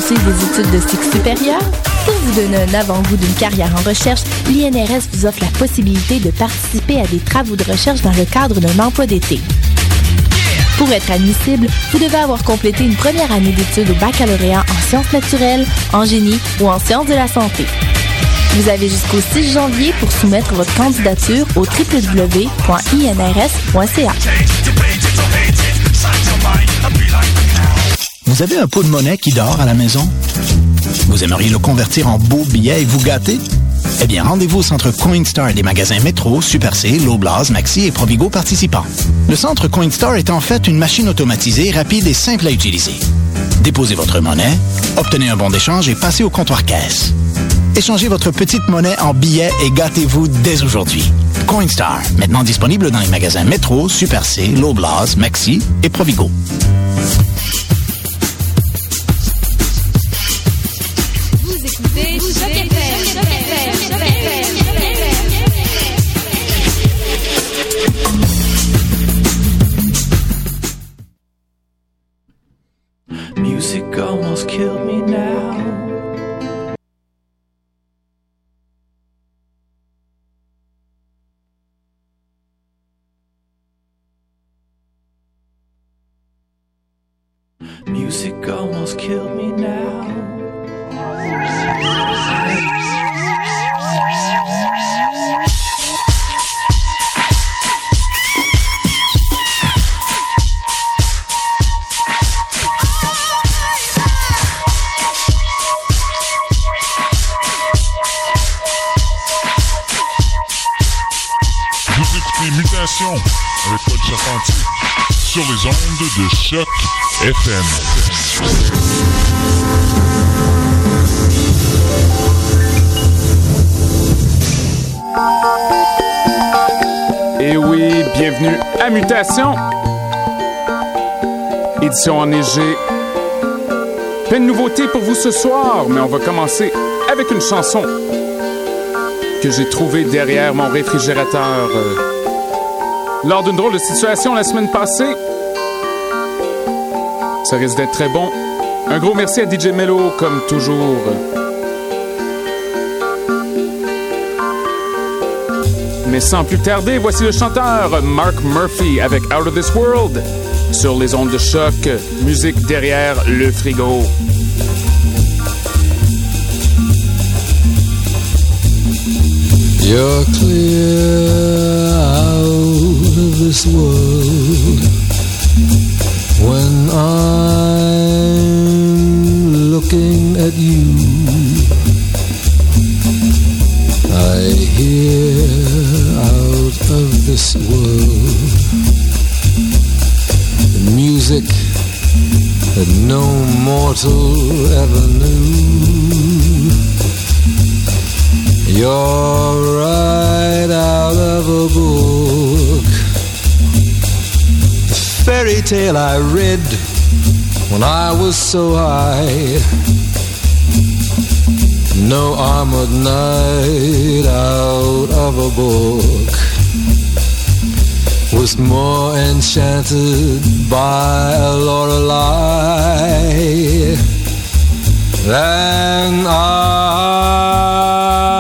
poursuivre des études de cycle supérieur? Pour vous donner un avant-goût d'une carrière en recherche, l'INRS vous offre la possibilité de participer à des travaux de recherche dans le cadre d'un emploi d'été. Pour être admissible, vous devez avoir complété une première année d'études au baccalauréat en sciences naturelles, en génie ou en sciences de la santé. Vous avez jusqu'au 6 janvier pour soumettre votre candidature au www.inrs.ca. Vous avez un pot de monnaie qui dort à la maison? Vous aimeriez le convertir en beau billet et vous gâter? Eh bien, rendez-vous au centre Coinstar des magasins Métro, Super C, Loblaws, Maxi et Provigo participants. Le centre Coinstar est en fait une machine automatisée, rapide et simple à utiliser. Déposez votre monnaie, obtenez un bon d'échange et passez au comptoir caisse. Échangez votre petite monnaie en billets et gâtez-vous dès aujourd'hui. Coinstar, maintenant disponible dans les magasins Métro, Super C, Loblaws, Maxi et Provigo. Music almost killed me now. Music almost killed me now. Mutation avec Paul Charpentier sur les ondes de Choc FM. Et oui, bienvenue à Mutation. Édition enneigée. Plein de nouveautés pour vous ce soir, mais on va commencer avec une chanson que j'ai trouvée derrière mon réfrigérateur lors d'une drôle de situation la semaine passée. Ça risque d'être très bon. Un gros merci à DJ Mello, comme toujours. Mais sans plus tarder, voici le chanteur Mark Murphy avec Out of This World sur les ondes de choc. Musique derrière le frigo. You're clear out of this world when I'm looking at you. I hear out of this world the music that no mortal ever knew. You're right out of a book, the fairy tale I read when I was so high. No armored knight out of a book was more enchanted by a Lorelei than I.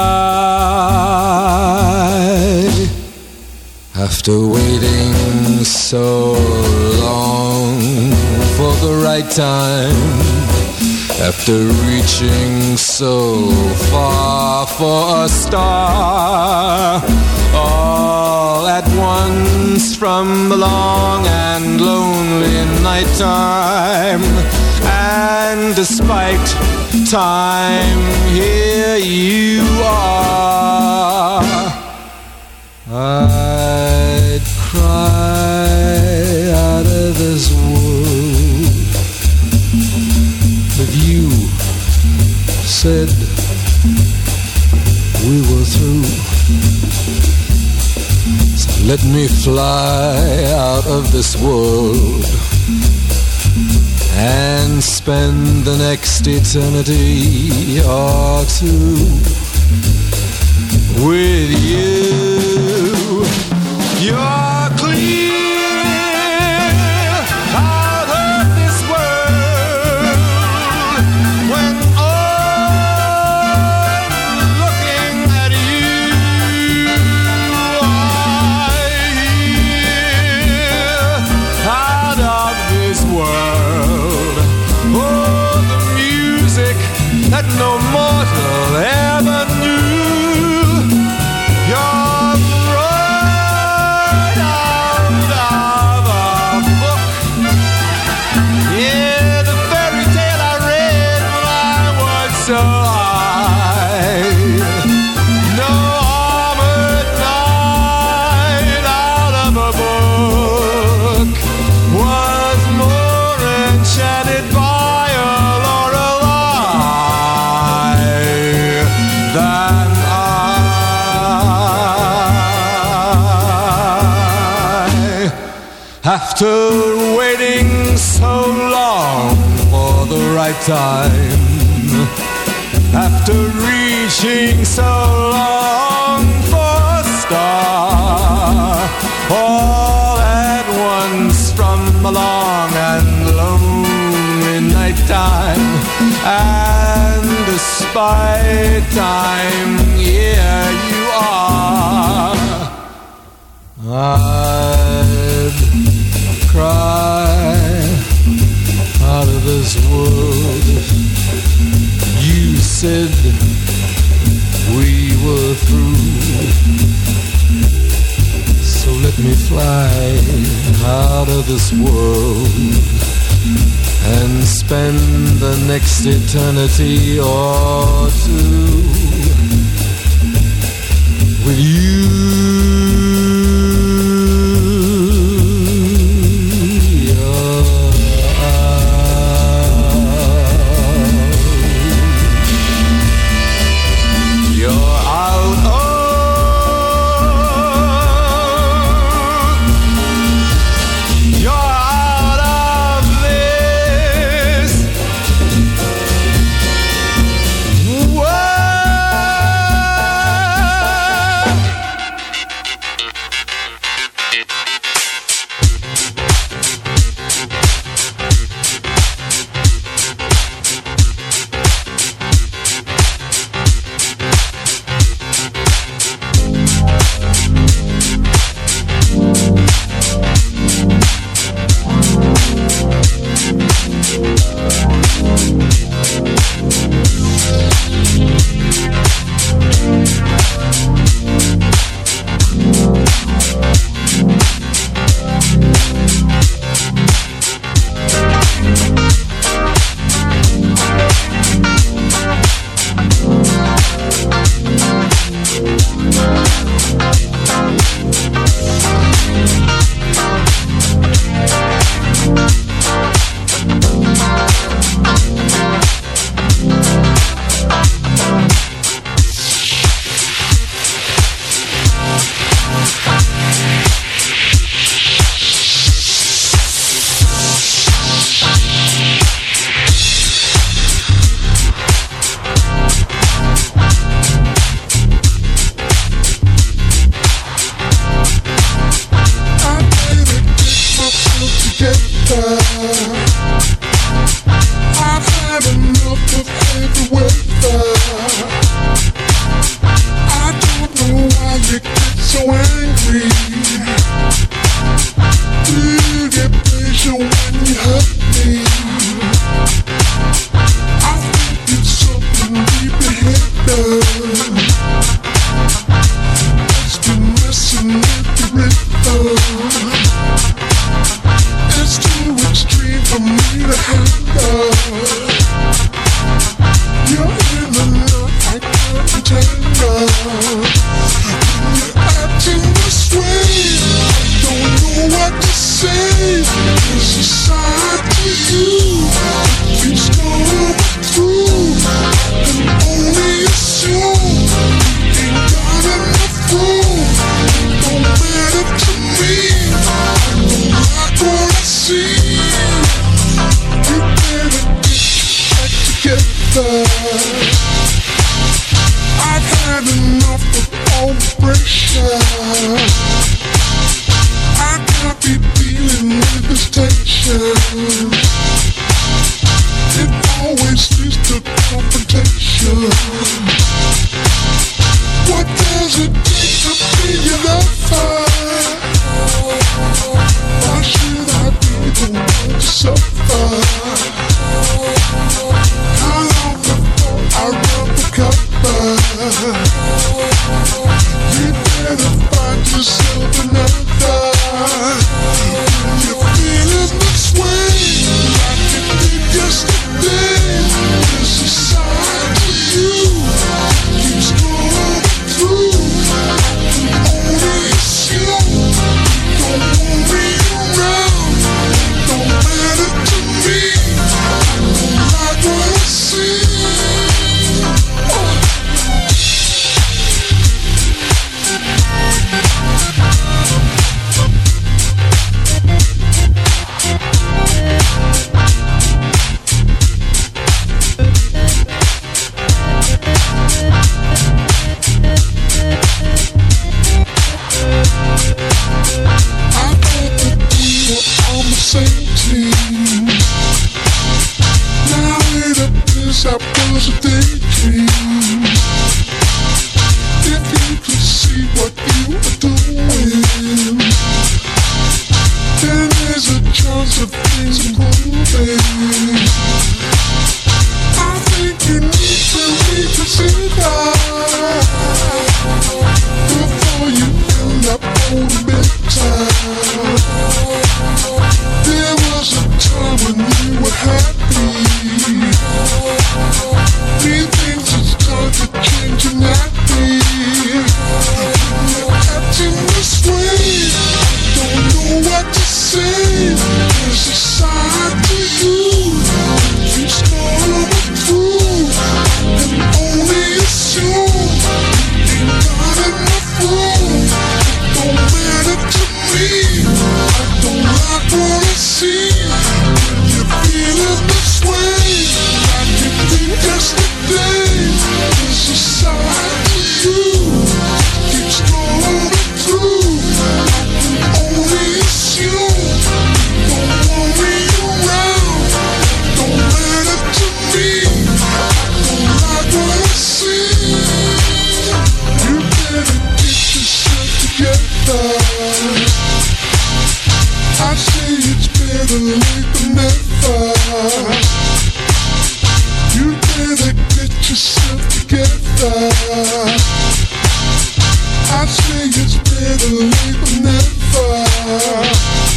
After waiting so long for the right time, after reaching so far for a star, all at once from the long and lonely nighttime, and despite time, here you are. I'd cry out of this world if you said we were through. So let me fly out of this world and spend the next eternity or two with you. You're clear out of this world when no mortal ever knew. You're right out of a book. Yeah, the fairy tale I read when I was so high. No armored knight out of a book was more enchanted by a Lorelei than I. After waiting so long for the right time, after reaching so long for a star, all at once from a long and lonely nighttime, and despite time, here you are. I'd cry out of this world. You said we were through, so let me fly out of this world and spend the next eternity or two with you. guess that was a daydream. If you could see what you were doing, then there's a chance of things improving. I think you need to reconsider before you end up holding bitter. There was a time when you were happy. These things are start to change and happy. When you're acting this way, I don't know what to say. There's a side to you you start through, and only assume you ain't got enough room. It don't matter to me. I don't like what I see. When you're feeling this way, like you think yesterday, there's a side to you keeps going through. I can only assume. Don't worry around. Don't matter to me. I don't like what I see. You better get yourself together. I say it's better late than never. You better get yourself together. I say it's better late than never.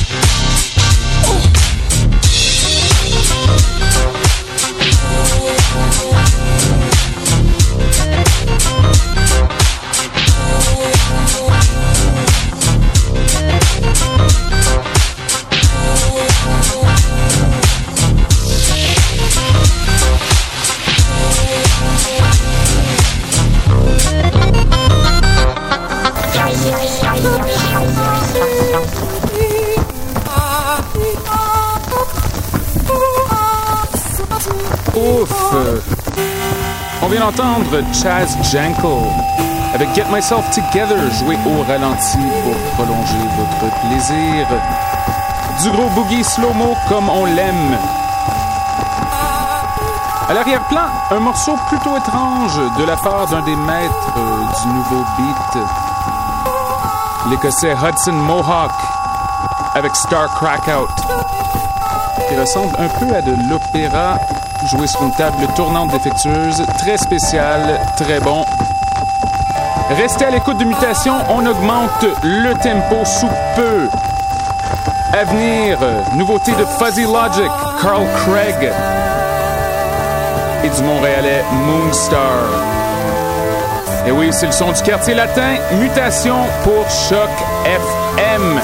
Ouf! On vient d'entendre Chaz Jankel avec Get Myself Together, joué au ralenti pour prolonger votre plaisir. Du gros boogie slow-mo comme on l'aime. À l'arrière-plan, un morceau plutôt étrange de la part d'un des maîtres du nouveau beat, l'Écossais Hudson Mohawk avec Star Crack Out, qui ressemble un peu à de l'opéra joué sur une table tournante défectueuse, très spécial, très bon. Restez à l'écoute de Mutation, on augmente le tempo sous peu. À venir, nouveauté de Fuzzy Logic, Carl Craig et du Montréalais Moonstar. Et oui, c'est le son du quartier latin, Mutation pour Choc FM.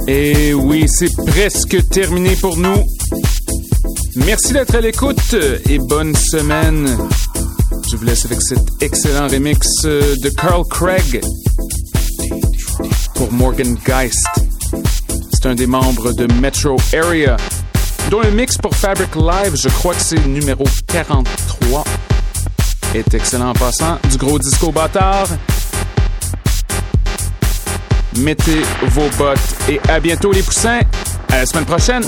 Et oui, c'est presque terminé pour nous. Merci d'être à l'écoute et bonne semaine. Je vous laisse avec cet excellent remix de Carl Craig pour Morgan Geist. C'est un des membres de Metro Area, dont le mix pour Fabric Live, je crois que c'est numéro 43, est excellent en passant. Du gros disco bâtard. Mettez vos bottes et à bientôt les poussins. À la semaine prochaine.